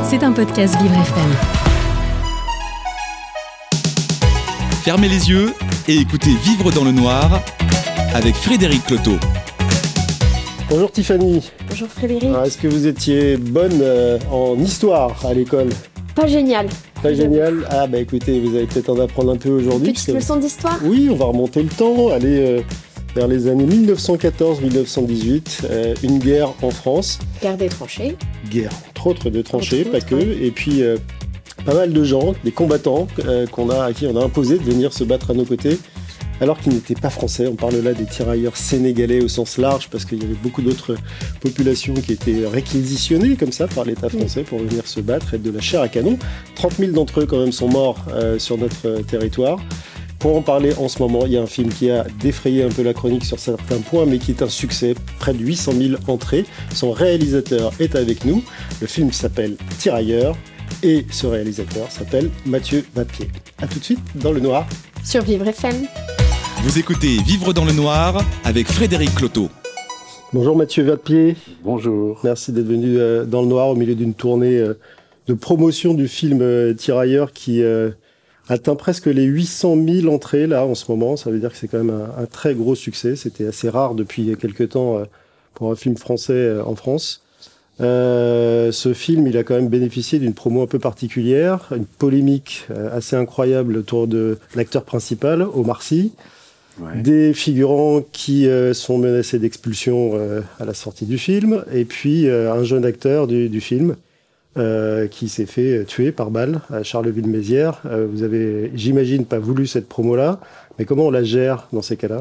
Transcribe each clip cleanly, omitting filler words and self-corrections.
C'est un podcast Vivre FM. Fermez les yeux et écoutez Vivre dans le noir avec Frédéric Cloteau. Bonjour Tiffany. Bonjour Frédéric. Alors, est-ce que vous étiez bonne en histoire à l'école ? Pas génial. Pas génial. Ah bah écoutez, vous allez peut-être en apprendre un peu aujourd'hui. Petite leçon d'histoire ? Oui, on va remonter le temps, aller vers les années 1914-1918, une guerre en France. Guerre des tranchées. Guerre, entre autres de tranchées, pas que. Et puis pas mal de gens, des combattants à qui on a imposé de venir se battre à nos côtés. Alors qu'ils n'étaient pas français, on parle là des tirailleurs sénégalais au sens large, parce qu'il y avait beaucoup d'autres populations qui étaient réquisitionnées comme ça par l'État français pour venir se battre, être de la chair à canon. 30 000 d'entre eux quand même sont morts sur notre territoire. Pour en parler en ce moment, il y a un film qui a défrayé un peu la chronique sur certains points, mais qui est un succès, près de 800 000 entrées. Son réalisateur est avec nous. Le film s'appelle Tirailleurs, et ce réalisateur s'appelle Mathieu Vatpied. A tout de suite dans le noir. Sur Vivre FM. Vous écoutez Vivre dans le noir avec Frédéric Cloteau. Bonjour Mathieu Vatpied. Bonjour. Merci d'être venu dans le noir au milieu d'une tournée de promotion du film Tirailleurs qui atteint presque les 800 000 entrées là en ce moment. Ça veut dire que c'est quand même un très gros succès. C'était assez rare depuis quelques temps pour un film français en France. Ce film, il a quand même bénéficié d'une promo un peu particulière, une polémique assez incroyable autour de l'acteur principal, Omar Sy. Ouais. Des figurants qui sont menacés d'expulsion à la sortie du film, et puis un jeune acteur du film qui s'est fait tuer par balle à Charleville-Mézières. Vous avez, j'imagine, pas voulu cette promo-là, mais comment on la gère dans ces cas-là ?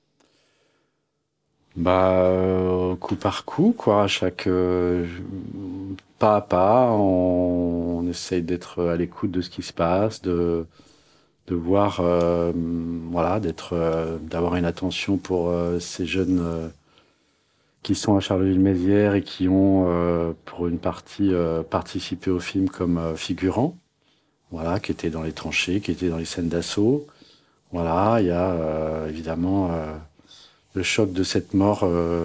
Coup par coup, quoi. Chaque pas à pas, on essaye d'être à l'écoute de ce qui se passe, de voir, d'avoir une attention pour ces jeunes qui sont à Charleville-Mézières et qui ont, pour une partie, participé au film comme figurants, voilà, qui étaient dans les tranchées, qui étaient dans les scènes d'assaut. Voilà, il y a évidemment le choc de cette mort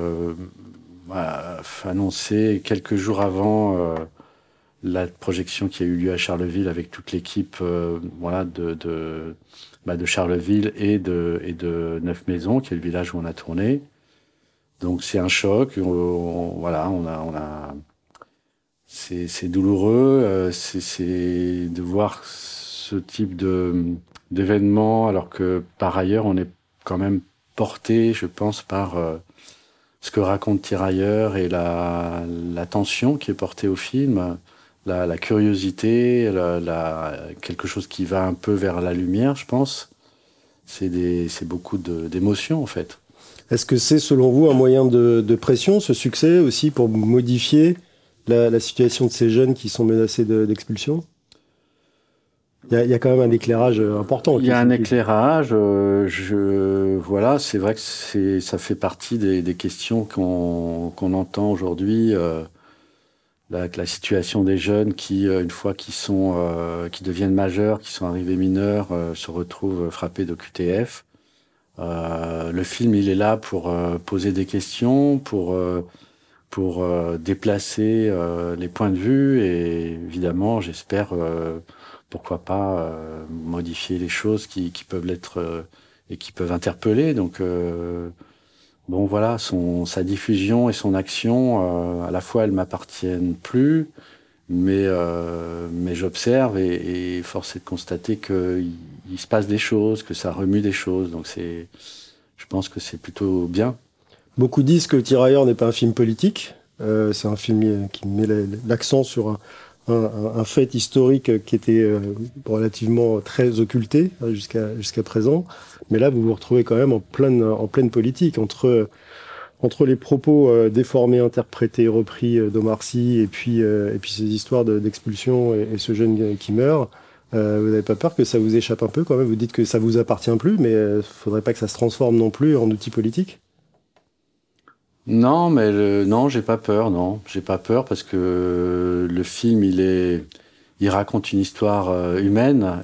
annoncé quelques jours avant la projection qui a eu lieu à Charleville avec toute l'équipe de Charleville et de Neuf-Maisons, qui est le village où on a tourné. Donc c'est un choc. C'est douloureux. C'est de voir ce type d'événement, alors que par ailleurs on est quand même porté, je pense, par ce que raconte Tirailleurs et l'attention qui est portée au film. La curiosité, quelque chose qui va un peu vers la lumière, je pense. C'est beaucoup d'émotions, en fait. Est-ce que c'est, selon vous, un moyen de pression, ce succès aussi, pour modifier la situation de ces jeunes qui sont menacés d'expulsion ? Il y a quand même un éclairage important. Il y a un éclairage. C'est vrai que ça fait partie des questions qu'on entend aujourd'hui. La situation des jeunes qui, une fois qui deviennent majeurs, qui sont arrivés mineurs, se retrouvent frappés de QTF. Le film, il est là pour poser des questions, pour déplacer les points de vue, et évidemment, j'espère, pourquoi pas modifier les choses qui peuvent l'être et qui peuvent interpeller. Donc sa diffusion et son action, à la fois elles m'appartiennent plus, mais j'observe et force est de constater qu'il se passe des choses, que ça remue des choses. Donc je pense que c'est plutôt bien. Beaucoup disent que Le Tirailleur n'est pas un film politique. C'est un film qui met l'accent sur un fait historique qui était relativement très occulté jusqu'à présent. Mais là, vous vous retrouvez quand même en pleine politique, entre les propos déformés, interprétés, repris d'Omar Sy, et puis ces histoires d'expulsion et ce jeune qui meurt. Vous n'avez pas peur que ça vous échappe un peu quand même ? Vous dites que ça vous appartient plus, mais faudrait pas que ça se transforme non plus en outil politique ? Non, non, j'ai pas peur, non. J'ai pas peur parce que le film, il raconte une histoire humaine,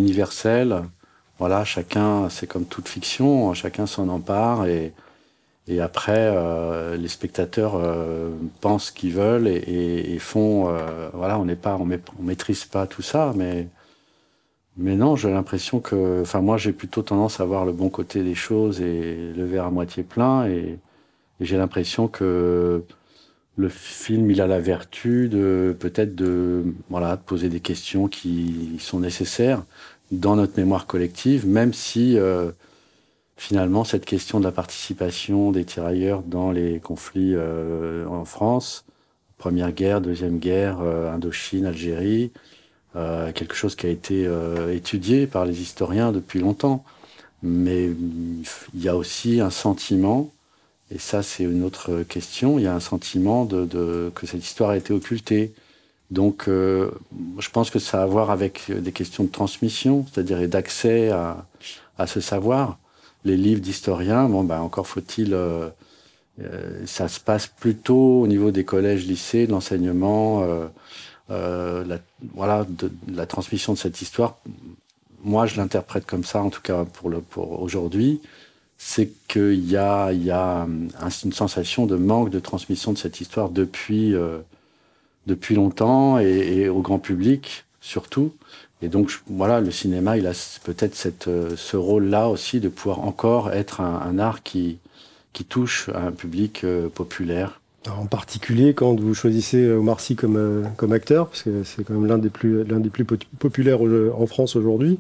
universelle. Voilà, chacun, c'est comme toute fiction, chacun s'en empare et Et après, les spectateurs pensent ce qu'ils veulent et font. Voilà, on maîtrise pas tout ça, mais non, j'ai l'impression que. Enfin, moi, j'ai plutôt tendance à voir le bon côté des choses et le verre à moitié plein. Et j'ai l'impression que le film, il a la vertu de peut-être de poser des questions qui sont nécessaires dans notre mémoire collective, même si. Finalement, cette question de la participation des tirailleurs dans les conflits en France, Première Guerre, Deuxième Guerre, Indochine, Algérie, quelque chose qui a été étudié par les historiens depuis longtemps. Mais il y a aussi un sentiment, et ça c'est une autre question, il y a un sentiment que cette histoire a été occultée. Donc je pense que ça a à voir avec des questions de transmission, c'est-à-dire et d'accès à ce savoir. Les livres d'historiens, encore faut-il... ça se passe plutôt au niveau des collèges, lycées, de l'enseignement, la transmission de cette histoire. Moi, je l'interprète comme ça, en tout cas pour aujourd'hui. C'est qu'il y a une sensation de manque de transmission de cette histoire depuis longtemps et au grand public, surtout. Et donc, le cinéma, il a peut-être ce rôle-là aussi de pouvoir encore être un art qui touche un public populaire. Alors, en particulier, quand vous choisissez Omar Sy comme acteur, parce que c'est quand même l'un des plus populaires en France aujourd'hui,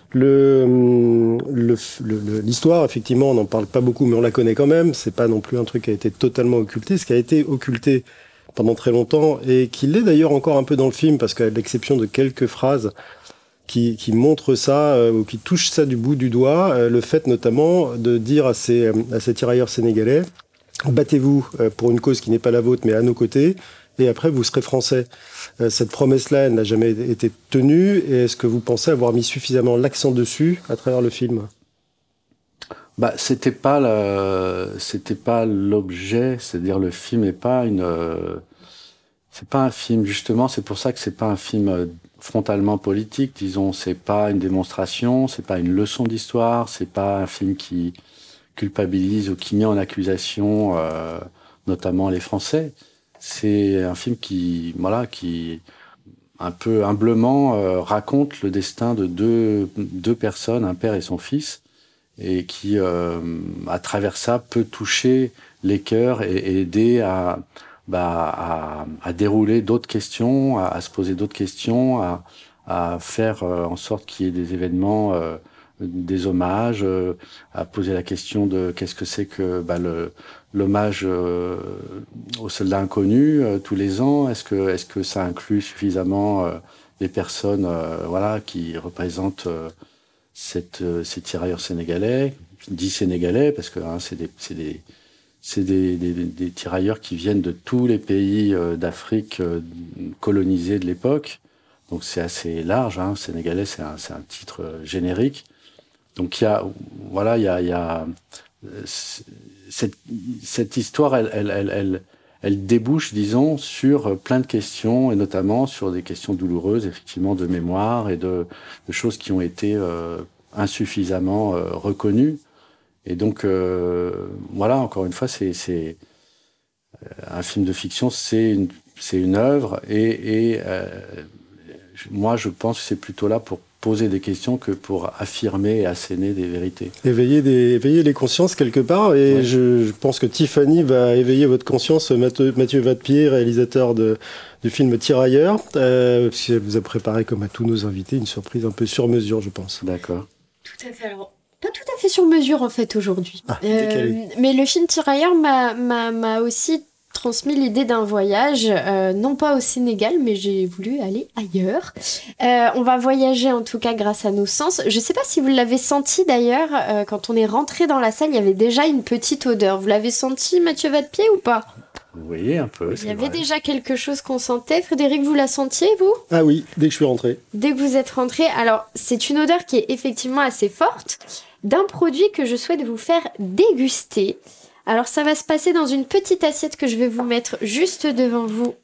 l'histoire, effectivement, on n'en parle pas beaucoup, mais on la connaît quand même. C'est pas non plus un truc qui a été totalement occulté. Ce qui a été occulté pendant très longtemps, et qui l'est d'ailleurs encore un peu dans le film, parce qu'à l'exception de quelques phrases qui montrent ça, ou qui touchent ça du bout du doigt, le fait notamment de dire à ces tirailleurs sénégalais, battez-vous pour une cause qui n'est pas la vôtre, mais à nos côtés, et après vous serez français. Cette promesse-là, elle n'a jamais été tenue, et est-ce que vous pensez avoir mis suffisamment l'accent dessus à travers le film ? C'était pas l'objet, c'est-à-dire le film n'est pas c'est pas un film, justement, c'est pour ça que c'est pas un film frontalement politique, disons, c'est pas une démonstration, c'est pas une leçon d'histoire, c'est pas un film qui culpabilise ou qui met en accusation notamment les Français. C'est un film qui un peu humblement raconte le destin de deux personnes, un père et son fils, et qui, à travers ça, peut toucher les cœurs et aider à dérouler d'autres questions, à se poser d'autres questions, à faire en sorte qu'il y ait des événements, des hommages, à poser la question de qu'est-ce que c'est que l'hommage aux soldats inconnus tous les ans. Est-ce que ça inclut suffisamment les personnes qui représentent ces tirailleurs sénégalais, dit sénégalais parce que c'est des tirailleurs qui viennent de tous les pays d'Afrique colonisés de l'époque. Donc c'est assez large, sénégalais, c'est un titre générique. Donc il y a cette histoire, elle débouche, disons, sur plein de questions, et notamment sur des questions douloureuses, effectivement, de mémoire et de choses qui ont été insuffisamment reconnues. Et donc, encore une fois, c'est un film de fiction, c'est une œuvre, et moi, je pense que c'est plutôt là pour poser des questions que pour affirmer et asséner des vérités. Éveiller les consciences quelque part, et ouais. Je pense que Tiffany va éveiller votre conscience, Mathieu Vadepied, réalisateur du film Tirailleurs, puisqu'elle vous a préparé, comme à tous nos invités, une surprise un peu sur mesure, je pense. D'accord. Tout à fait. Alors, pas tout à fait sur mesure, en fait, aujourd'hui. Mais le film Tirailleurs m'a aussi transmis l'idée d'un voyage, non pas au Sénégal, mais j'ai voulu aller ailleurs. On va voyager en tout cas grâce à nos sens. Je sais pas si vous l'avez senti d'ailleurs, quand on est rentré dans la salle, il y avait déjà une petite odeur. Vous l'avez senti, Mathieu Vadepied, ou pas ? Oui, un peu. Il y avait déjà quelque chose qu'on sentait. Frédéric, vous la sentiez, vous ? Ah oui, dès que je suis rentré. Dès que vous êtes rentré. Alors, c'est une odeur qui est effectivement assez forte, d'un produit que je souhaite vous faire déguster. Alors, ça va se passer dans une petite assiette que je vais vous mettre juste devant vous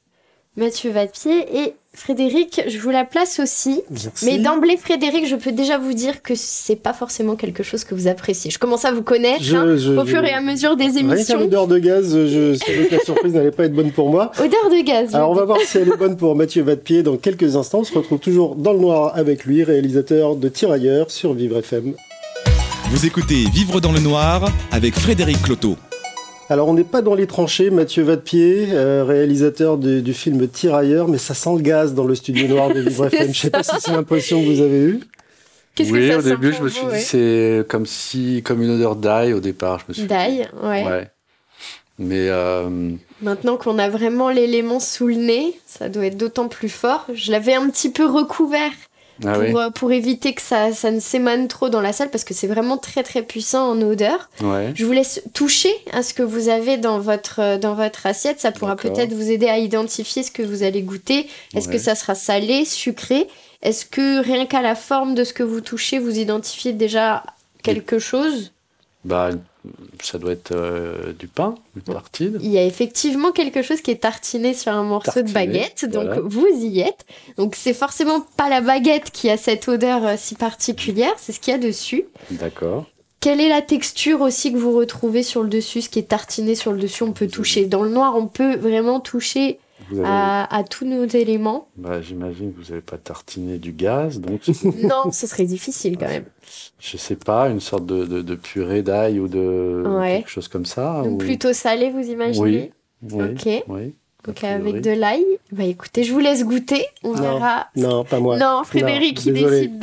Mathieu Vadepied et Frédéric, je vous la place aussi. Merci. Mais d'emblée, Frédéric, je peux déjà vous dire que c'est pas forcément quelque chose que vous appréciez. Je commence à vous connaître au fur et à mesure des Rien qu'à émissions. l'odeur de gaz, je savais que la surprise n'allait pas être bonne pour moi. Odeur de gaz. Alors on va voir si elle est bonne pour Mathieu Vadepied dans quelques instants. On se retrouve toujours dans le noir avec lui, réalisateur de Tirailleurs sur Vivre FM. Vous écoutez Vivre dans le noir avec Frédéric Cloteau. Alors on n'est pas dans les tranchées, Mathieu Vadepied, réalisateur du film Tirailleurs, mais ça sent le gaz dans le studio noir de Vivre FM. Je sais pas si c'est l'impression que vous avez eue. Qu'est-ce oui, que ça au sent début, pour je me vous, suis dit, ouais. c'est comme une odeur d'ail au départ. Je me suis dit. D'ail, ouais. Ouais. Mais Maintenant qu'on a vraiment l'élément sous le nez, ça doit être d'autant plus fort. Je l'avais un petit peu recouvert pour éviter que ça ne s'émane trop dans la salle, parce que c'est vraiment très très puissant en odeur. ouais. Je vous laisse toucher à ce que vous avez dans votre assiette. Ça pourra D'accord. peut-être vous aider à identifier ce que vous allez goûter. Est-ce que ça sera salé, sucré ? Est-ce que rien qu'à la forme de ce que vous touchez, vous identifiez déjà quelque chose ? Bah, ça doit être du pain, une tartine. Il y a effectivement quelque chose qui est tartiné sur un morceau de Tartiné, baguette, donc voilà. vous y êtes. Donc c'est forcément pas la baguette qui a cette odeur si particulière, c'est ce qu'il y a dessus. D'accord. Quelle est la texture aussi que vous retrouvez sur le dessus, ce qui est tartiné sur le dessus, on peut toucher. Dans le noir, on peut vraiment toucher Vous avez... à tous nos éléments. Bah, j'imagine que vous n'avez pas tartiné du gaz, donc Non, ce serait difficile quand même. je sais pas, une sorte de purée d'ail ou de Ouais. quelque chose comme ça. Donc ou... plutôt salé, vous imaginez ? Oui. Ok. Oui. Donc A priori. avec de l'ail. Bah écoutez, je vous laisse goûter, on verra. Non, pas moi. Non, Frédéric, Non, il désolé. décide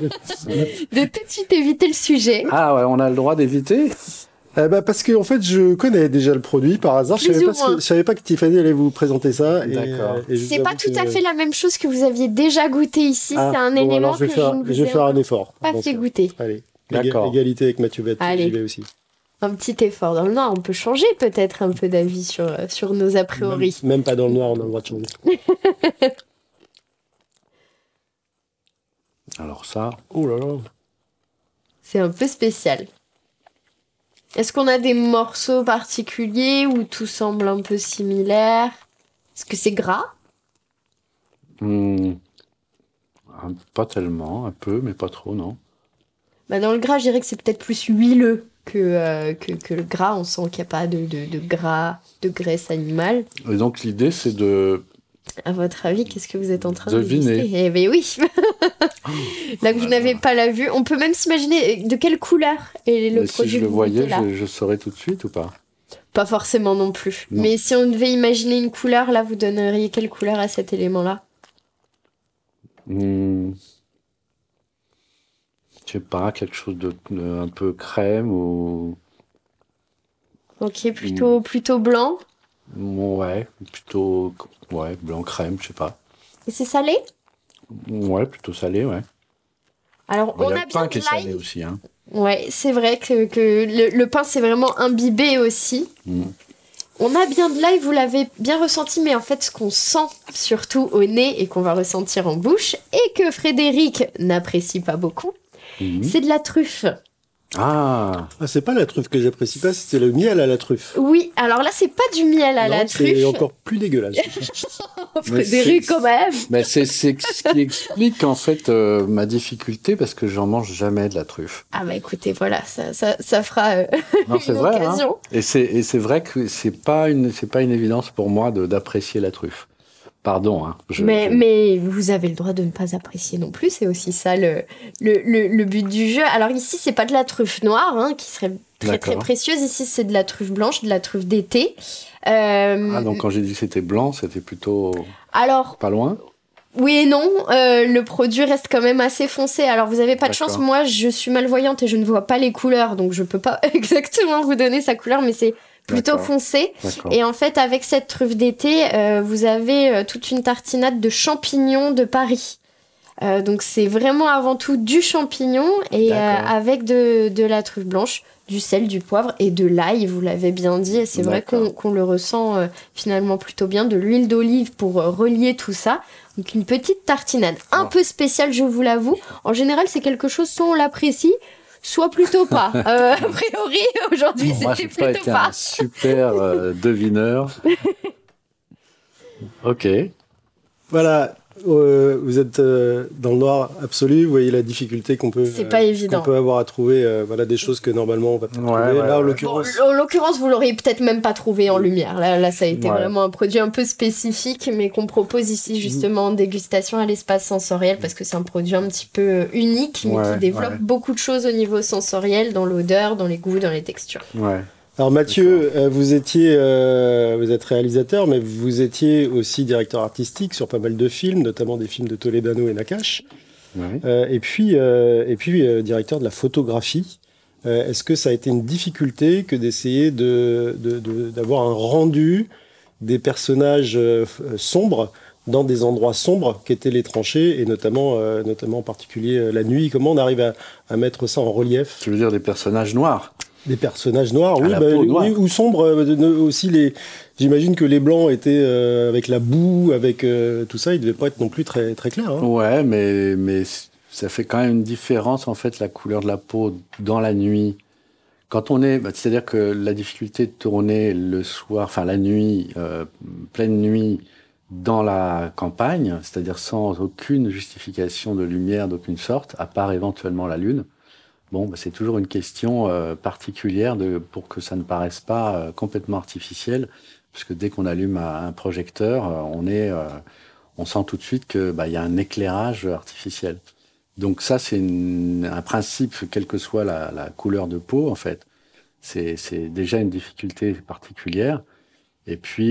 de tout de suite éviter le sujet. Ah ouais, on a le droit d'éviter. Parce que en fait, je connais déjà le produit par hasard. Plus ou moins. Je savais pas que Tiffany allait vous présenter ça. D'accord. Et je vous C'est pas avoue tout que- à fait la même chose que vous aviez déjà goûté ici. Ah, C'est un bon, élément alors je que vais faire, je ne vous je vais ai faire un encore effort. pas Donc, fait goûter. Allez. D'accord. Égalité avec Mathieu Vadepied, Allez. j'y vais aussi. Un petit effort dans le noir. On peut changer peut-être un peu d'avis sur nos a priori. Même pas dans le noir, on a le droit de changer. Alors ça, Oh là là. C'est un peu spécial. Est-ce qu'on a des morceaux particuliers où tout semble un peu similaire ? Est-ce que c'est gras ? pas tellement, un peu, mais pas trop, non. Bah dans le gras, je dirais que c'est peut-être plus huileux que le gras. On sent qu'il n'y a pas de gras, de graisse animale. Et donc l'idée, c'est de... À votre avis, qu'est-ce que vous êtes en train Deviner. de déguster ? Eh bien oui. Là que vous n'avez pas la vue, on peut même s'imaginer de quelle couleur est le Mais produit si je que le vous voyais, goûtez là. je saurais tout de suite ou pas? Pas forcément non plus. Non. Mais si on devait imaginer une couleur, là, vous donneriez quelle couleur à cet élément-là ? Je sais pas, quelque chose de un peu crème ou... Ok, plutôt blanc. Ouais, plutôt... Ouais, blanc crème, je sais pas. Et c'est salé ? Ouais, plutôt salé, ouais. Alors, Bon, on y a le bien pain de qui est salé l'ail. aussi, hein. Ouais, c'est vrai que le pain, c'est vraiment imbibé aussi. On a bien de l'ail, vous l'avez bien ressenti, mais en fait, ce qu'on sent surtout au nez et qu'on va ressentir en bouche, et que Frédéric n'apprécie pas beaucoup, c'est de la truffe. Ah, Ah, c'est pas la truffe que j'apprécie pas, c'était le miel à la truffe. Oui, alors là, c'est pas du miel à la Non, c'est truffe. encore plus dégueulasse. Frédéric, quand même. mais c'est ce qui explique en fait ma difficulté parce que j'en mange jamais de la truffe. Ah bah écoutez, voilà, ça fera Non, c'est une vrai. Hein. occasion. Et c'est vrai que c'est pas une évidence pour moi d'apprécier la truffe. Pardon. Hein. Mais vous avez le droit de ne pas apprécier non plus, c'est aussi ça le but du jeu. Alors ici, c'est pas de la truffe noire, hein, qui serait très très D'accord. précieuse. Ici, c'est de la truffe blanche, de la truffe d'été. Ah, donc quand j'ai dit que c'était blanc, c'était plutôt Alors, pas loin. oui et non, le produit reste quand même assez foncé. Alors vous avez pas de D'accord. chance, moi je suis malvoyante et je ne vois pas les couleurs, donc je peux pas exactement vous donner sa couleur, mais c'est plutôt D'accord. foncé. D'accord. Et en fait, avec cette truffe d'été, vous avez toute une tartinade de champignons de Paris. Donc c'est vraiment avant tout du champignon et D'accord. avec de la truffe blanche, du sel, du poivre et de l'ail, vous l'avez bien dit. Et c'est vrai D'accord. qu'on le ressent finalement plutôt bien. De l'huile d'olive pour relier tout ça. Donc une petite tartinade un peu spéciale, je vous l'avoue. En général, c'est quelque chose soit on l'apprécie, soit plutôt pas. A priori, aujourd'hui, Moi, c'était j'ai pas plutôt été pas. un super devineur. Ok. Voilà, vous êtes dans le noir absolu, vous voyez la difficulté qu'on peut, c'est pas évident. qu'on peut avoir à trouver voilà, des choses que normalement on va peut-être trouver. Là, en l'occurrence... Bon, en l'occurrence, vous l'auriez peut-être même pas trouvé en lumière. Là, ça a été vraiment un produit un peu spécifique, mais qu'on propose ici justement en dégustation à l'espace sensoriel, parce que c'est un produit un petit peu unique, mais qui développe beaucoup de choses au niveau sensoriel, dans l'odeur, dans les goûts, dans les textures. Ouais. Alors Mathieu, vous êtes réalisateur, mais vous étiez aussi directeur artistique sur pas mal de films, notamment des films de Toledano et Nakache. Ouais. Et puis directeur de la photographie. Est-ce que ça a été une difficulté que d'essayer d'avoir un rendu des personnages sombres dans des endroits sombres qu'étaient les tranchées, et notamment en particulier la nuit? Comment on arrive à mettre ça en relief? Tu veux dire des personnages noirs? Des personnages noirs, oui, noire. Ou sombres aussi. J'imagine que les blancs étaient avec la boue, avec tout ça, ils devaient pas être non plus très très clairs. Hein. Ouais, mais ça fait quand même une différence en fait, la couleur de la peau dans la nuit. Quand on est, c'est-à-dire que la difficulté de tourner le soir, enfin la nuit, pleine nuit, dans la campagne, c'est-à-dire sans aucune justification de lumière d'aucune sorte, à part éventuellement la lune. Bon, c'est toujours une question particulière pour que ça ne paraisse pas complètement artificiel, puisque dès qu'on allume un projecteur, on sent tout de suite que y a un éclairage artificiel. Donc ça, c'est un principe, quelle que soit la couleur de peau, en fait. C'est déjà une difficulté particulière. Et puis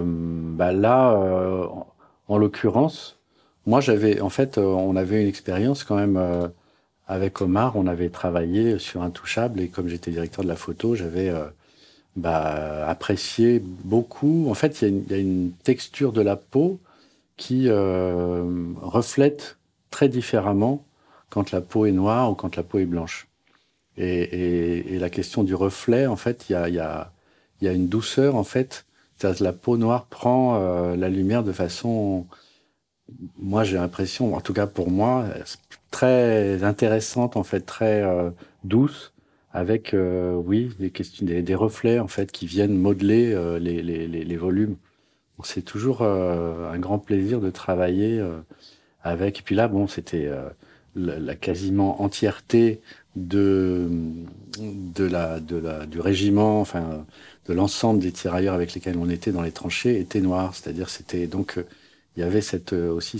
là, en l'occurrence, moi on avait une expérience quand même. Avec Omar, on avait travaillé sur Intouchable, et comme j'étais directeur de la photo, j'avais apprécié beaucoup. En fait, il y a une texture de la peau qui reflète très différemment quand la peau est noire ou quand la peau est blanche. Et la question du reflet, en fait, il y a une douceur, en fait. C'est-à-dire que la peau noire prend la lumière de façon... Moi, j'ai l'impression, en tout cas pour moi, très intéressante, en fait, très douce, avec, des reflets, en fait, qui viennent modeler les volumes. Donc, c'est toujours un grand plaisir de travailler avec. Et puis là, bon, c'était la quasiment entièreté du régiment, enfin, de l'ensemble des tirailleurs avec lesquels on était dans les tranchées était noir. C'est-à-dire, c'était donc... il y avait cette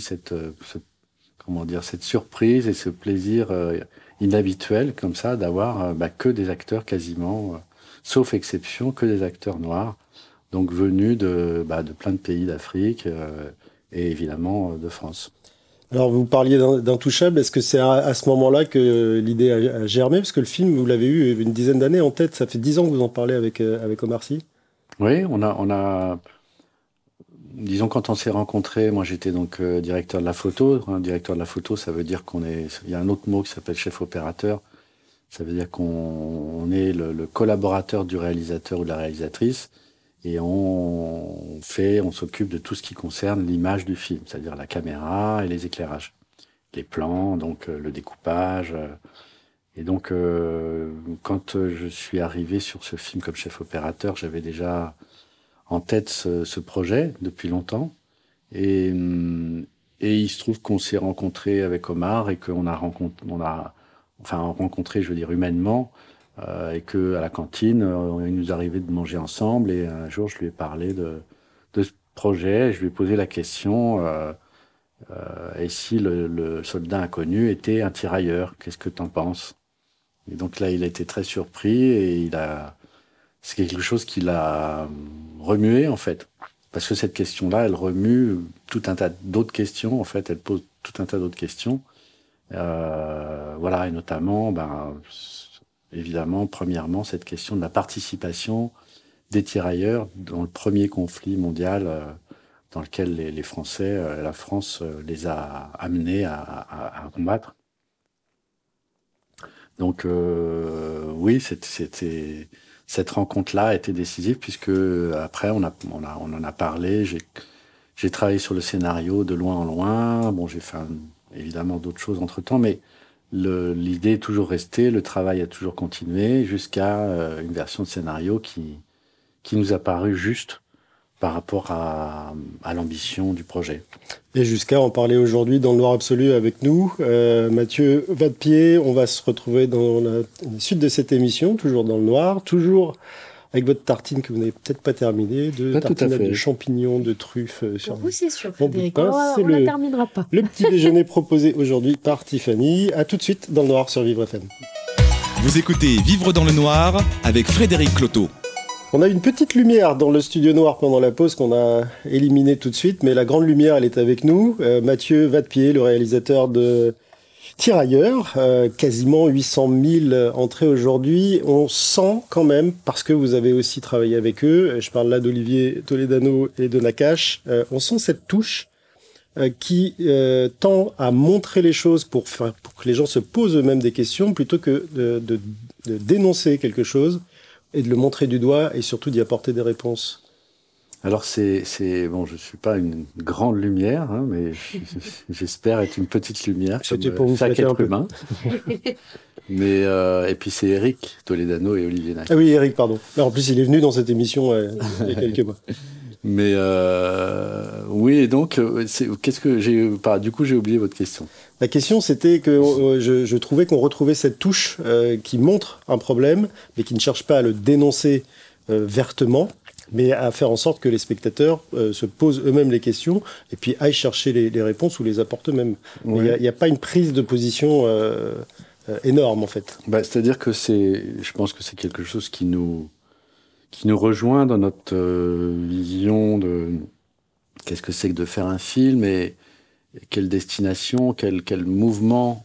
surprise et ce plaisir inhabituel comme ça d'avoir que des acteurs quasiment, sauf exception, que des acteurs noirs, donc venus de plein de pays d'Afrique et évidemment de France. Alors vous parliez d'Intouchable, est-ce que c'est à ce moment-là que l'idée a germé? Parce que le film, vous l'avez eu une dizaine d'années en tête, ça fait 10 ans que vous en parlez avec Omar Sy. Oui, on a disons, quand on s'est rencontrés, moi j'étais donc directeur de la photo. Directeur de la photo, ça veut dire il y a un autre mot qui s'appelle chef opérateur. Ça veut dire qu'on est le collaborateur du réalisateur ou de la réalisatrice, et on s'occupe de tout ce qui concerne l'image du film, c'est-à-dire la caméra et les éclairages, les plans, donc le découpage. Et donc, quand je suis arrivé sur ce film comme chef opérateur, j'avais déjà en tête ce projet depuis longtemps. Et il se trouve qu'on s'est rencontré avec Omar et qu'on a rencontré, je veux dire, humainement, et qu'à la cantine, il nous arrivait de manger ensemble. Et un jour, je lui ai parlé de ce projet. Je lui ai posé la question, et si le soldat inconnu était un tirailleur, qu'est-ce que tu en penses? Et donc là, il a été très surpris et c'est quelque chose qui l'a remué, en fait. Parce que cette question-là, elle remue tout un tas d'autres questions, en fait. Elle pose tout un tas d'autres questions. Voilà, et notamment, évidemment, premièrement, cette question de la participation des tirailleurs dans le premier conflit mondial dans lequel les Français, la France les a amenés à combattre. Donc, oui, cette rencontre-là a été décisive, puisque après, on en a parlé. J'ai travaillé sur le scénario de loin en loin. Bon, j'ai fait évidemment d'autres choses entre-temps, mais l'idée est toujours restée, le travail a toujours continué, jusqu'à une version de scénario qui nous a paru juste par rapport à l'ambition du projet. Et jusqu'à en parler aujourd'hui dans le Noir Absolu avec nous. Mathieu Vadepied, on va se retrouver dans la suite de cette émission, toujours dans le noir, toujours avec votre tartine que vous n'avez peut-être pas terminée, tartinade de champignons, de truffes. Pour vous, c'est sûr, on ne la terminera pas. Le petit déjeuner proposé aujourd'hui par Tiffany. À tout de suite dans le noir sur Vivre FM. Vous écoutez Vivre dans le noir avec Frédéric Cloteau. On a une petite lumière dans le studio noir pendant la pause qu'on a éliminée tout de suite, mais la grande lumière, elle est avec nous. Mathieu Vadepied, le réalisateur de Tirailleurs, quasiment 800 000 entrées aujourd'hui. On sent quand même, parce que vous avez aussi travaillé avec eux, je parle là d'Olivier Toledano et de Nakache, on sent cette touche qui tend à montrer les choses pour que les gens se posent eux-mêmes des questions, plutôt que de dénoncer quelque chose et de le montrer du doigt et surtout d'y apporter des réponses. Alors bon, je suis pas une grande lumière, hein, mais j'espère être une petite lumière comme chaque être humain. Mais et puis c'est Eric Toledano et Olivier Nakache. Ah oui, Eric, pardon. Alors, en plus, il est venu dans cette émission il y a quelques mois. Mais oui, et donc qu'est-ce que du coup j'ai oublié votre question. La question, c'était que je trouvais qu'on retrouvait cette touche qui montre un problème, mais qui ne cherche pas à le dénoncer vertement, mais à faire en sorte que les spectateurs se posent eux-mêmes les questions et puis aillent chercher les réponses ou les apportent eux-mêmes. Oui. Il n'y a pas une prise de position énorme, en fait. C'est-à-dire que je pense que c'est quelque chose qui nous rejoint dans notre vision de qu'est-ce que c'est que de faire un film et quelle destination, quel mouvement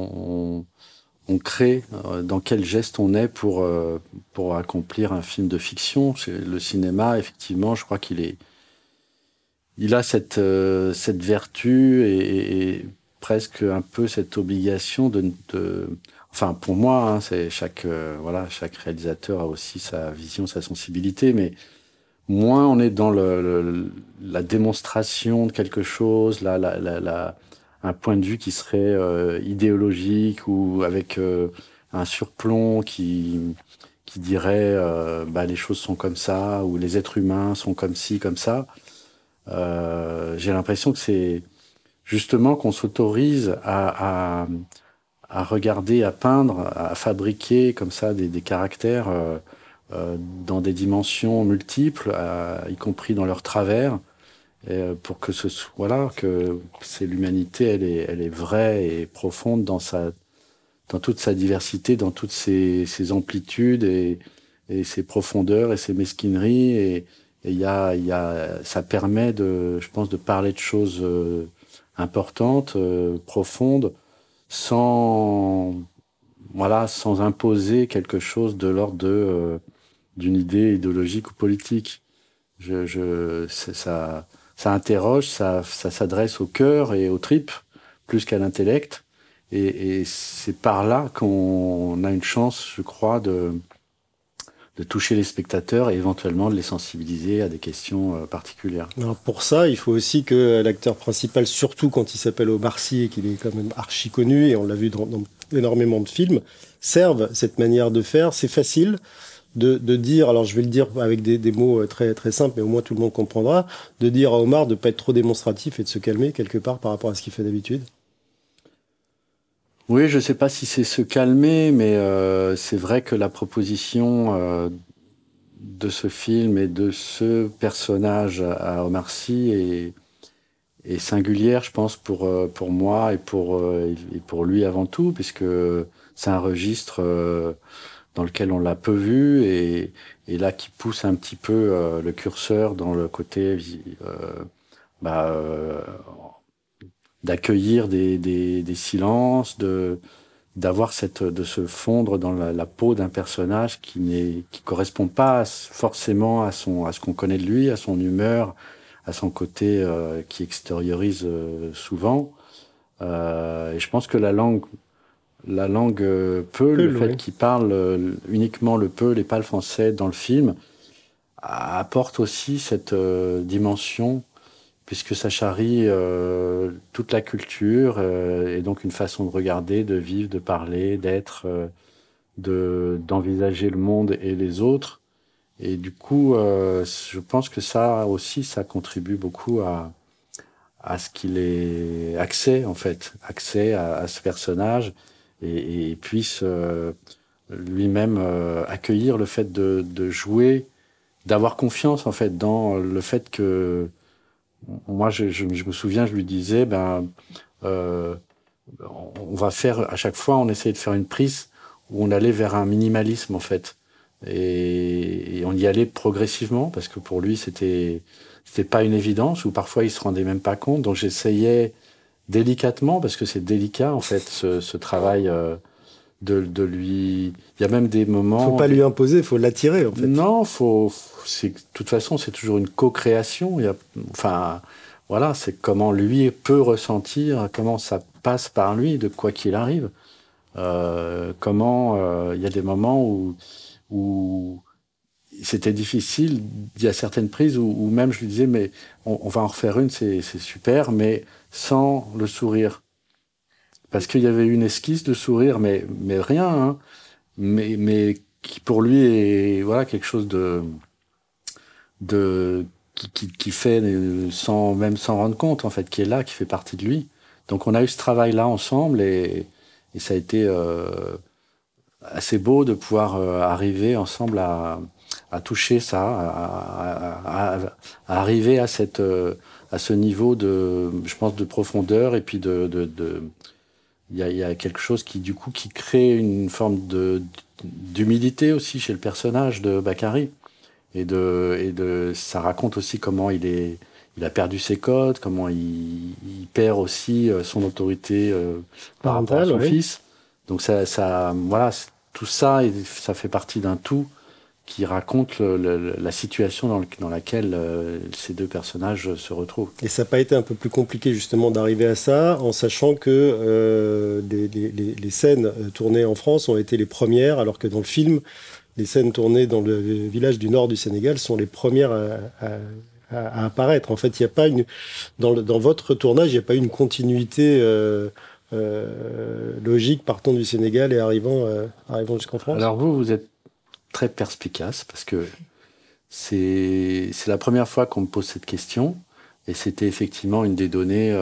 on crée, dans quel geste on est pour accomplir un film de fiction. Le cinéma, effectivement, je crois il a cette vertu et presque un peu cette obligation enfin, pour moi, hein, c'est chaque réalisateur a aussi sa vision, sa sensibilité, mais moins on est dans la démonstration de quelque chose, un point de vue qui serait idéologique ou avec un surplomb qui dirait les choses sont comme ça ou les êtres humains sont comme ci, comme ça. J'ai l'impression que c'est justement qu'on s'autorise à regarder, à peindre, à fabriquer comme ça des caractères dans des dimensions multiples, y compris dans leur travers, pour que c'est l'humanité, elle est vraie et profonde dans toute sa diversité, dans toutes ses amplitudes et ses profondeurs et ses mesquineries. Et ça permet je pense, de parler de choses importantes, profondes, sans imposer quelque chose de l'ordre d'une idée idéologique ou politique. Ça interroge, ça s'adresse au cœur et aux tripes plus qu'à l'intellect, et c'est par là qu'on a une chance, je crois, de toucher les spectateurs et éventuellement de les sensibiliser à des questions particulières. Alors pour ça, il faut aussi que l'acteur principal, surtout quand il s'appelle Omar Sy et qu'il est quand même archi connu, et on l'a vu dans énormément de films, serve cette manière de faire. C'est facile de dire, alors je vais le dire avec des mots très, très simples, mais au moins tout le monde comprendra, de dire à Omar de ne pas être trop démonstratif et de se calmer quelque part par rapport à ce qu'il fait d'habitude. Oui, je ne sais pas si c'est se calmer, mais c'est vrai que la proposition de ce film et de ce personnage à Omar Sy est singulière, je pense, pour moi et pour lui avant tout, puisque c'est un registre dans lequel on l'a peu vu et là qui pousse un petit peu le curseur dans le côté d'accueillir des silences, de se fondre dans la peau d'un personnage qui correspond pas forcément à ce qu'on connaît de lui, à son humeur, à son côté qui extériorise souvent. Et je pense que la langue Peul, le fait qu'il parle uniquement le Peul et pas le français dans le film, apporte aussi cette dimension, puisque ça charrie toute la culture et donc une façon de regarder, de vivre, de parler, d'être, d'envisager le monde et les autres. Et du coup, je pense que ça aussi, ça contribue beaucoup à ce qu'il ait accès à ce personnage et puisse lui-même accueillir le fait de jouer, d'avoir confiance en fait dans le fait que moi je me souviens, je lui disais on va faire à chaque fois, on essayait de faire une prise où on allait vers un minimalisme en fait, et on y allait progressivement parce que pour lui c'était pas une évidence, ou parfois il se rendait même pas compte. Donc j'essayais délicatement, parce que c'est délicat en fait ce travail de lui. Il y a même des moments. Faut pas lui imposer, faut l'attirer en fait. Non, de toute façon c'est toujours une co-création. Enfin voilà, c'est comment lui peut ressentir, comment ça passe par lui, de quoi qu'il arrive. Comment il y a des moments où c'était difficile. Il y a certaines prises où même je lui disais, mais on va en refaire une, c'est super, mais sans le sourire. Parce qu'il y avait une esquisse de sourire, mais rien, hein, mais qui pour lui est voilà, quelque chose qui fait même sans rendre compte, en fait, qui est là, qui fait partie de lui. Donc on a eu ce travail-là ensemble et ça a été assez beau de pouvoir arriver ensemble à toucher ça, à arriver à ce niveau je pense, de profondeur, et puis il y a quelque chose qui crée une forme d'humilité aussi chez le personnage de Bakary, et ça raconte aussi comment il a perdu ses codes, comment il perd aussi son autorité par rapport à son fils. Donc voilà, tout ça, ça fait partie d'un tout qui raconte la situation dans laquelle ces deux personnages se retrouvent. Et ça n'a pas été un peu plus compliqué justement d'arriver à ça, en sachant que les scènes tournées en France ont été les premières, alors que dans le film, les scènes tournées dans le village du nord du Sénégal sont les premières à apparaître. En fait, il n'y a pas dans votre tournage, il n'y a pas eu une continuité logique partant du Sénégal et arrivant jusqu'en France. Alors vous êtes très perspicace, parce que c'est la première fois qu'on me pose cette question, et c'était effectivement une des données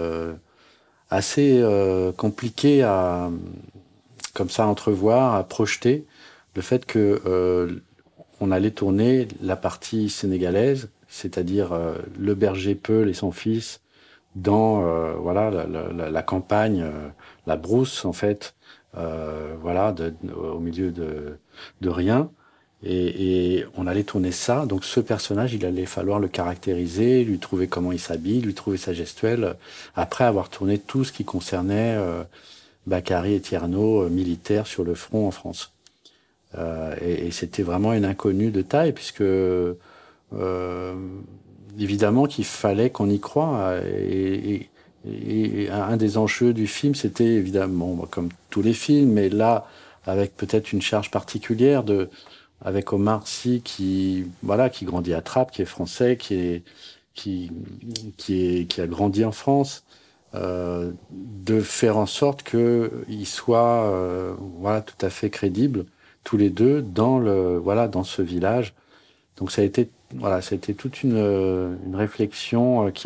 assez compliquées à comme ça entrevoir, à projeter, le fait que on allait tourner la partie sénégalaise, c'est-à-dire le berger Peul et son fils dans voilà la campagne, la brousse en fait, voilà au milieu de rien, et on allait tourner ça. Donc ce personnage, il allait falloir le caractériser, lui trouver comment il s'habille, lui trouver sa gestuelle, après avoir tourné tout ce qui concernait Bakary et Tierno militaires sur le front en France. Et c'était vraiment une inconnue de taille, puisque évidemment qu'il fallait qu'on y croie, et un des enjeux du film, c'était évidemment, comme tous les films, mais là avec peut-être une charge particulière avec Omar Sy qui grandit à Trappes, qui est français, qui a grandi en France, de faire en sorte qu'il soit tout à fait crédible tous les deux dans ce village. Donc ça a été toute une réflexion qui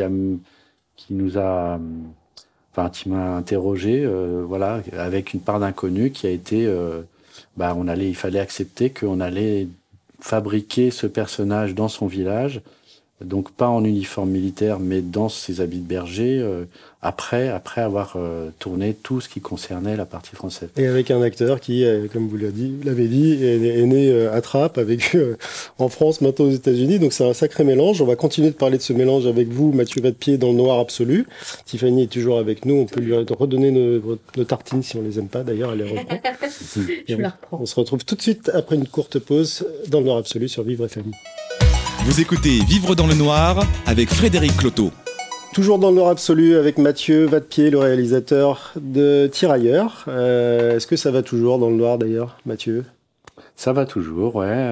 m'a interrogé, avec une part d'inconnu qui a été il fallait accepter qu'on allait fabriquer ce personnage dans son village, donc pas en uniforme militaire, mais dans ses habits de berger, après avoir tourné tout ce qui concernait la partie française. Et avec un acteur qui, comme vous l'avez dit, est né à Trappes, a vécu en France, maintenant aux États-Unis, donc c'est un sacré mélange. On va continuer de parler de ce mélange avec vous, Mathieu Vadepied, dans Le Noir Absolu. Tiffany est toujours avec nous, on peut lui redonner nos tartines si on les aime pas, d'ailleurs, elle les reprend. Je la reprends. On se retrouve tout de suite après une courte pause dans Le Noir Absolu sur Vivre FM. Vous écoutez Vivre dans le Noir avec Frédéric Cloteau. Toujours dans le Noir Absolu avec Mathieu Vadepied, le réalisateur de Tirailleurs. Est-ce que ça va toujours dans le noir d'ailleurs, Mathieu ? Ça va toujours, ouais.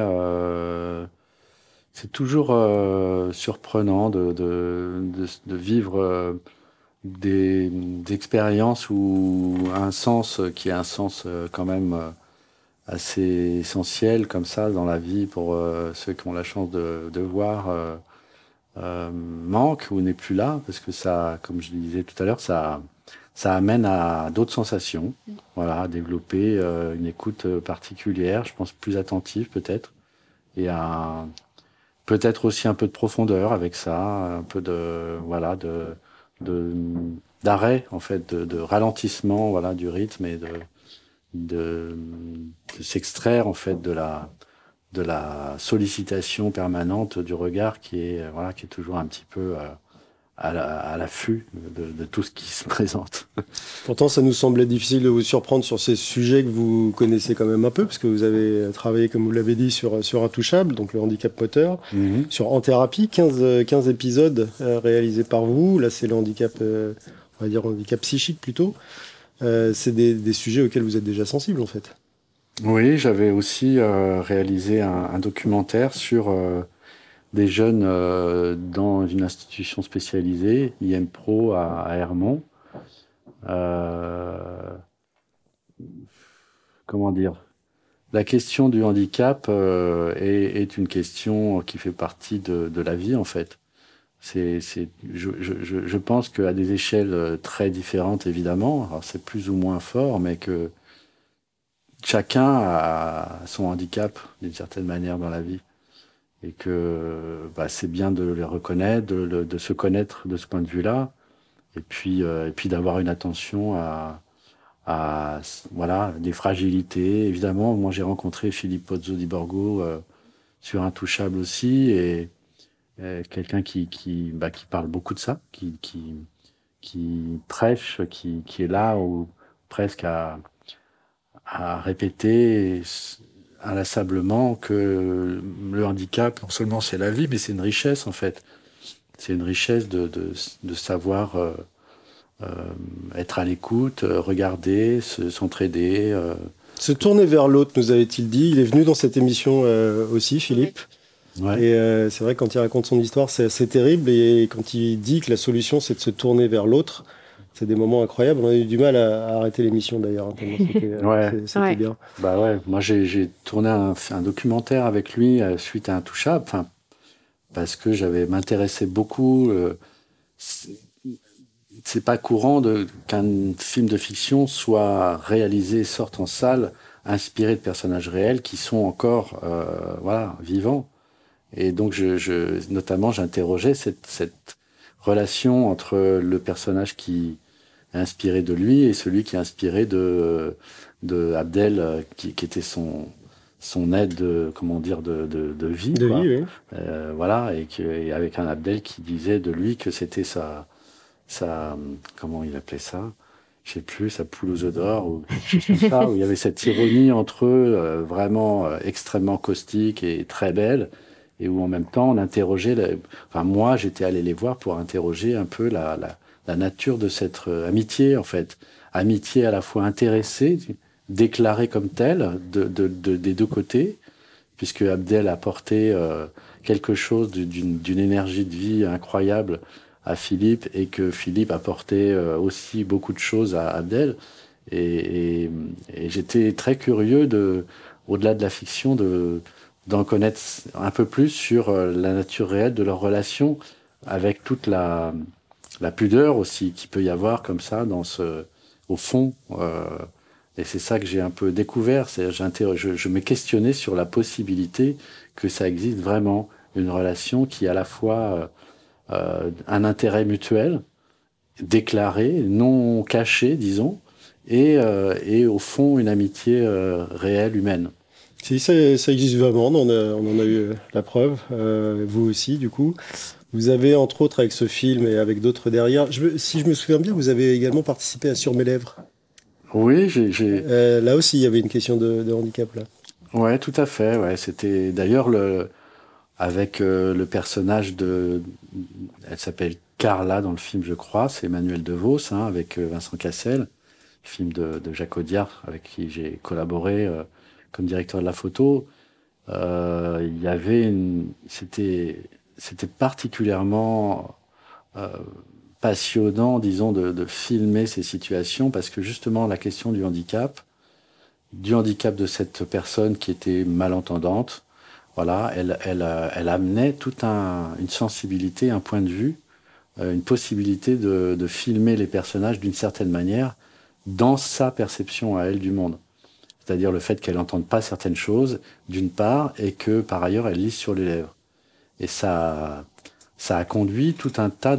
C'est toujours surprenant de vivre des expériences où un sens qui est un sens quand même assez essentiel comme ça dans la vie pour ceux qui ont la chance de voir manque ou n'est plus là, parce que ça, comme je le disais tout à l'heure, ça amène à d'autres sensations, voilà, à développer une écoute particulière, je pense plus attentive peut-être, et à peut-être aussi un peu de profondeur avec ça, un peu de voilà d'arrêt en fait, de ralentissement, voilà, du rythme et de s'extraire en fait de la sollicitation permanente du regard qui est toujours un petit peu à l'affût de tout ce qui se présente. Pourtant, ça nous semblait difficile de vous surprendre sur ces sujets que vous connaissez quand même un peu, parce que vous avez travaillé, comme vous l'avez dit, sur Intouchable, donc le handicap moteur, sur En Thérapie, 15 épisodes réalisés par vous. Là, c'est le handicap, on va dire handicap psychique plutôt. C'est des sujets auxquels vous êtes déjà sensible, en fait. Oui, j'avais aussi réalisé un documentaire sur des jeunes dans une institution spécialisée, IM-Pro à Hermont. Comment dire? La question du handicap est une question qui fait partie de la vie, en fait. Je pense qu'à des échelles très différentes, évidemment, alors c'est plus ou moins fort, mais que chacun a son handicap d'une certaine manière dans la vie. Et que c'est bien de les reconnaître, de se connaître de ce point de vue-là, et puis d'avoir une attention à voilà, des fragilités. Évidemment, moi j'ai rencontré Philippe Pozzo di Borgo sur Intouchable aussi, et quelqu'un qui parle beaucoup de ça, qui prêche, qui est là ou presque à répéter inlassablement que le handicap, non seulement c'est la vie, mais c'est une richesse en fait. C'est une richesse de savoir être à l'écoute, regarder, s'entraider. Se tourner vers l'autre, nous avait-il dit. Il est venu dans cette émission aussi, Philippe. Ouais. Et c'est vrai que quand il raconte son histoire, c'est assez terrible. Et quand il dit que la solution, c'est de se tourner vers l'autre, c'est des moments incroyables. On a eu du mal à arrêter l'émission d'ailleurs. Tellement c'était bien. Bah ouais, moi j'ai tourné un documentaire avec lui suite à Intouchable, parce que j'avais m'intéressé beaucoup. C'est pas courant qu'un film de fiction soit réalisé, sorte en salle, inspiré de personnages réels qui sont encore vivants. Et donc notamment j'interrogeais cette relation entre le personnage qui est inspiré de lui et celui qui est inspiré de Abdel, qui était son aide de vie. De vie, oui. Voilà, et avec un Abdel qui disait de lui que c'était sa comment il appelait ça, je sais plus, sa poule aux œufs d'or ou quelque chose comme ça, où il y avait cette ironie entre eux vraiment extrêmement caustique et très belle, et où en même temps on interrogeait moi j'étais allé les voir pour interroger un peu la nature de cette amitié, en fait, amitié à la fois intéressée, déclarée comme telle des deux côtés, puisque Abdel apportait quelque chose d'une énergie de vie incroyable à Philippe, et que Philippe apportait aussi beaucoup de choses à Abdel, et j'étais très curieux au-delà de la fiction d'en connaître un peu plus sur la nature réelle de leur relation, avec toute la pudeur aussi qu'il peut y avoir comme ça au fond, et c'est ça que j'ai un peu découvert. Je me questionnais sur la possibilité que ça existe vraiment, une relation qui est à la fois un intérêt mutuel, déclaré, non caché, disons, et au fond une amitié réelle, humaine. Si, ça existe vraiment, on en a eu la preuve, vous aussi du coup. Vous avez, entre autres, avec ce film et avec d'autres derrière, si je me souviens bien, vous avez également participé à Sur mes lèvres. Oui, là aussi, il y avait une question de handicap, là. Ouais, tout à fait. Ouais. C'était d'ailleurs avec le personnage elle s'appelle Carla dans le film, je crois, c'est Emmanuel DeVos, avec Vincent Cassel, film de Jacques Audiard, avec qui j'ai collaboré comme directeur de la photo. Il y avait c'était particulièrement passionnant, disons, de filmer ces situations, parce que justement la question du handicap, du handicap de cette personne qui était malentendante. Voilà, elle amenait une sensibilité, un point de vue, une possibilité de filmer les personnages d'une certaine manière dans sa perception à elle du monde. C'est-à-dire le fait qu'elle n'entende pas certaines choses, d'une part, et que par ailleurs elle lise sur les lèvres. Et ça a conduit tout un tas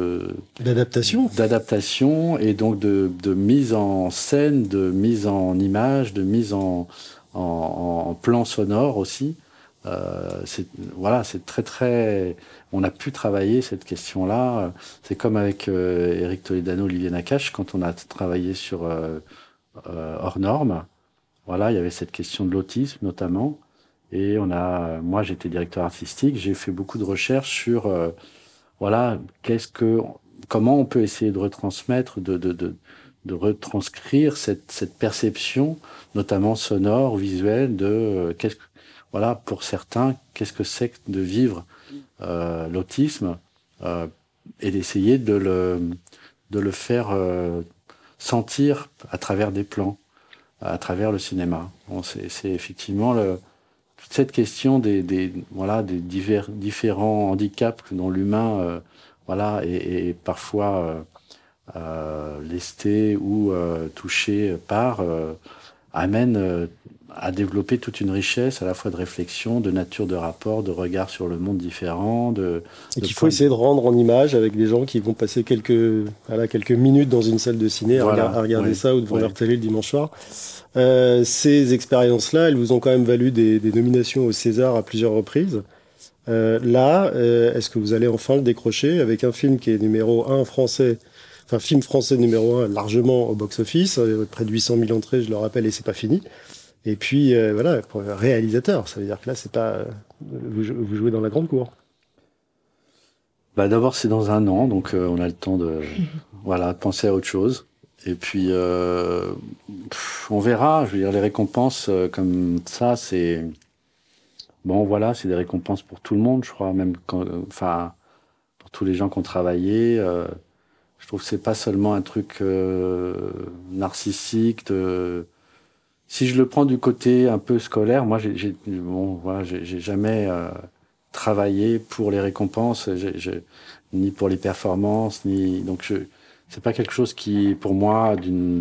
d'adaptations et donc de mise en scène, de mise en image, de mise en plan sonore aussi. C'est très très. On a pu travailler cette question-là. C'est comme avec Éric Toledano, Olivier Nakache, quand on a travaillé sur Hors Normes. Voilà, il y avait cette question de l'autisme notamment. Et moi j'étais directeur artistique, j'ai fait beaucoup de recherches sur comment on peut essayer de retransmettre, de retranscrire cette perception, notamment sonore, visuelle, pour certains, qu'est-ce que c'est que de vivre l'autisme et d'essayer de le faire sentir à travers des plans, à travers le cinéma. Bon, c'est effectivement toute cette question des différents handicaps dont l'humain est parfois lesté ou touché par amène à développer toute une richesse à la fois de réflexion, de nature de rapport, de regard sur le monde différent. Et qu'il faut essayer de rendre en image avec des gens qui vont passer quelques minutes dans une salle de ciné à regarder ça ou devant leur télé le dimanche soir. Ces expériences-là, elles vous ont quand même valu des nominations au César à plusieurs reprises. Est-ce que vous allez enfin le décrocher avec un film qui est numéro 1 français, enfin film français numéro 1 largement au box-office, près de 800 000 entrées, je le rappelle, et c'est pas fini. Et puis pour le réalisateur, ça veut dire que là c'est pas vous jouez dans la grande cour. D'abord c'est dans un an, donc on a le temps de penser à autre chose. Et puis on verra. Je veux dire, les récompenses comme ça, c'est des récompenses pour tout le monde, je crois, même pour tous les gens qui ont travaillé. Je trouve que c'est pas seulement un truc narcissique. Si je le prends du côté un peu scolaire, moi, j'ai jamais travaillé pour les récompenses, ni pour les performances, c'est pas quelque chose qui, pour moi,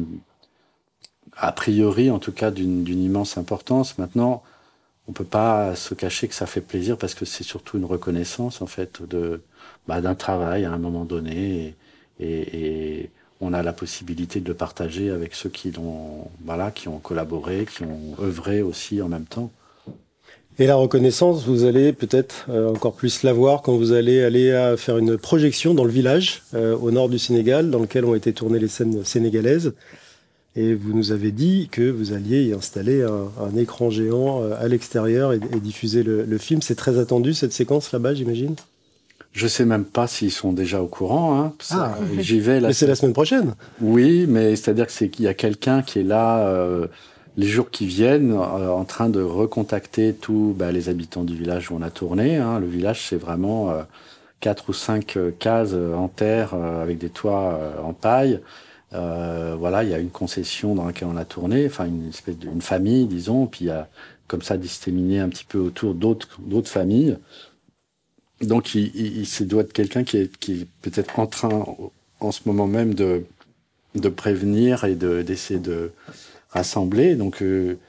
a priori, en tout cas, d'une immense importance. Maintenant, on peut pas se cacher que ça fait plaisir parce que c'est surtout une reconnaissance, en fait, d'un travail à un moment donné, et on a la possibilité de le partager avec ceux qui ont collaboré, qui ont œuvré aussi en même temps. Et la reconnaissance, vous allez peut-être encore plus la voir quand vous allez aller faire une projection dans le village au nord du Sénégal, dans lequel ont été tournées les scènes sénégalaises. Et vous nous avez dit que vous alliez y installer un écran géant à l'extérieur et diffuser le film. C'est très attendu cette séquence là-bas, j'imagine ? Je sais même pas s'ils sont déjà au courant. J'y vais. Mais c'est la semaine prochaine. Oui, mais c'est-à-dire qu'il y a quelqu'un qui est là les jours qui viennent, en train de recontacter tous les habitants du village où on a tourné. Le village, c'est vraiment 4 ou 5 cases en terre avec des toits en paille. Il y a une concession dans laquelle on a tourné, enfin une famille, disons, puis il y a comme ça disséminé un petit peu autour d'autres familles. Donc il doit être quelqu'un qui est peut-être en train, en ce moment même, de prévenir et d'essayer de rassembler. Donc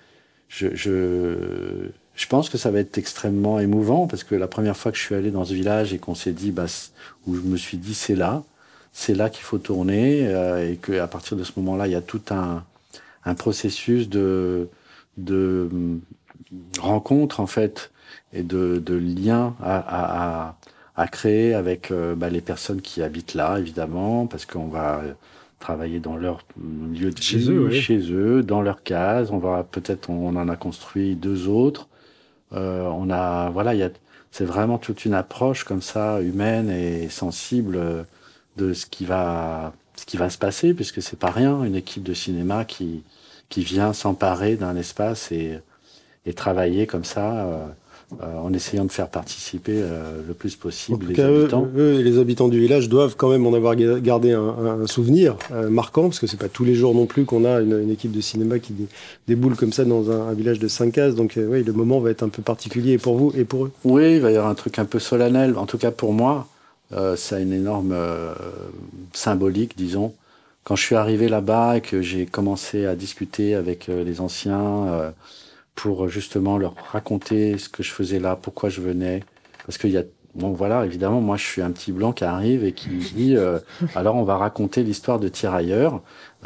je pense que ça va être extrêmement émouvant, parce que la première fois que je suis allé dans ce village et qu'on s'est dit, où je me suis dit c'est là qu'il faut tourner, et qu'à partir de ce moment-là, il y a tout un processus de rencontre, en fait, et de lien à créer avec les personnes qui habitent là, évidemment, parce qu'on va travailler dans leur lieu de vie, chez eux, dans leur case. On en a construit 2 autres. C'est vraiment toute une approche comme ça, humaine et sensible, de ce qui va se passer, puisque c'est pas rien, une équipe de cinéma qui vient s'emparer d'un espace et travailler comme ça en essayant de faire participer le plus possible les cas, habitants. Eux et les habitants du village doivent quand même en avoir gardé un souvenir marquant, parce que c'est pas tous les jours non plus qu'on a une équipe de cinéma qui déboule comme ça dans un village de 5 cases. Donc oui, le moment va être un peu particulier pour vous et pour eux. Oui, il va y avoir un truc un peu solennel. En tout cas pour moi, ça a une énorme symbolique, disons. Quand je suis arrivé là-bas et que j'ai commencé à discuter avec les anciens pour justement leur raconter ce que je faisais là, pourquoi je venais, parce qu'il y a bon voilà, évidemment, moi je suis un petit blanc qui arrive et qui dit alors on va raconter l'histoire de Tirailleurs.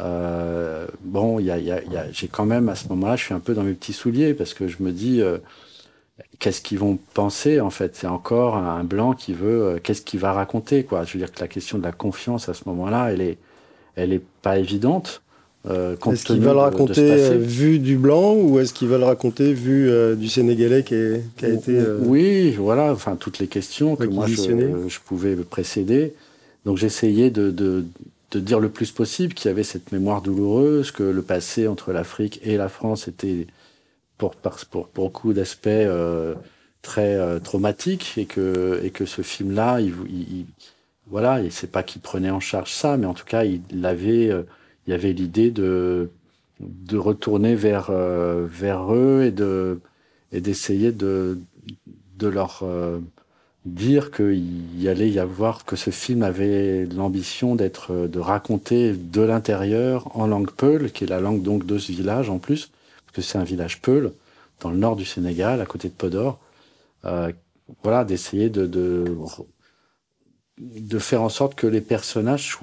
Bon, j'ai quand même à ce moment-là, je suis un peu dans mes petits souliers parce que je me dis qu'est-ce qu'ils vont penser en fait. C'est encore un blanc qui veut qu'est-ce qu'il va raconter quoi. Je veux dire que la question de la confiance à ce moment-là, elle est pas évidente. Est-ce qu'il va le raconter vu du blanc ou est-ce qu'il va le raconter vu du Sénégalais qui a été... Oui, voilà, enfin toutes les questions que moi je pouvais précéder. Donc j'essayais de dire le plus possible qu'il y avait cette mémoire douloureuse, que le passé entre l'Afrique et la France était pour beaucoup d'aspects très traumatique et que ce film-là, voilà, et c'est pas qu'il prenait en charge ça, mais en tout cas, il y avait l'idée de retourner vers eux et d'essayer de leur dire qu'il allait y avoir, que ce film avait l'ambition de raconter de l'intérieur en langue peul, qui est la langue donc de ce village en plus, parce que c'est un village peul dans le nord du Sénégal, à côté de Podor. Voilà, d'essayer de faire en sorte que les personnages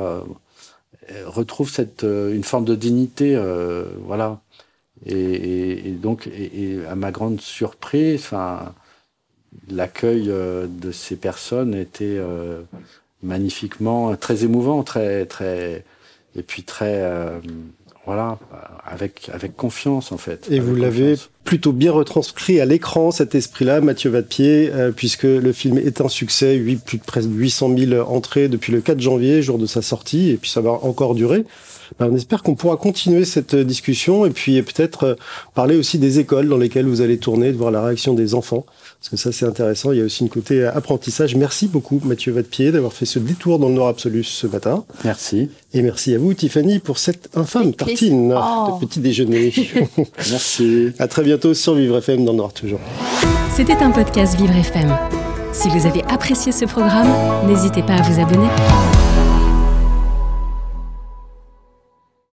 retrouvent une forme de dignité, voilà. Et donc, à ma grande surprise, enfin, l'accueil de ces personnes était magnifiquement très émouvant, très, et puis très, voilà, avec confiance en fait. Et vous l'avez plutôt bien retranscrit à l'écran, cet esprit-là, Mathieu Vadepied, puisque le film est un succès, plus de presque 800 000 entrées depuis le 4 janvier, jour de sa sortie, et puis ça va encore durer. On espère qu'on pourra continuer cette discussion et puis peut-être parler aussi des écoles dans lesquelles vous allez tourner, de voir la réaction des enfants, parce que ça c'est intéressant, il y a aussi une côté apprentissage. Merci beaucoup Mathieu Vadepied d'avoir fait ce détour dans le Nord absolu ce matin. Merci. Et merci à vous Tiffany pour cette infâme tartine de petit déjeuner. Merci. À très bientôt sur Vivre FM dans le Nord toujours. C'était un podcast Vivre FM. Si vous avez apprécié ce programme, n'hésitez pas à vous abonner.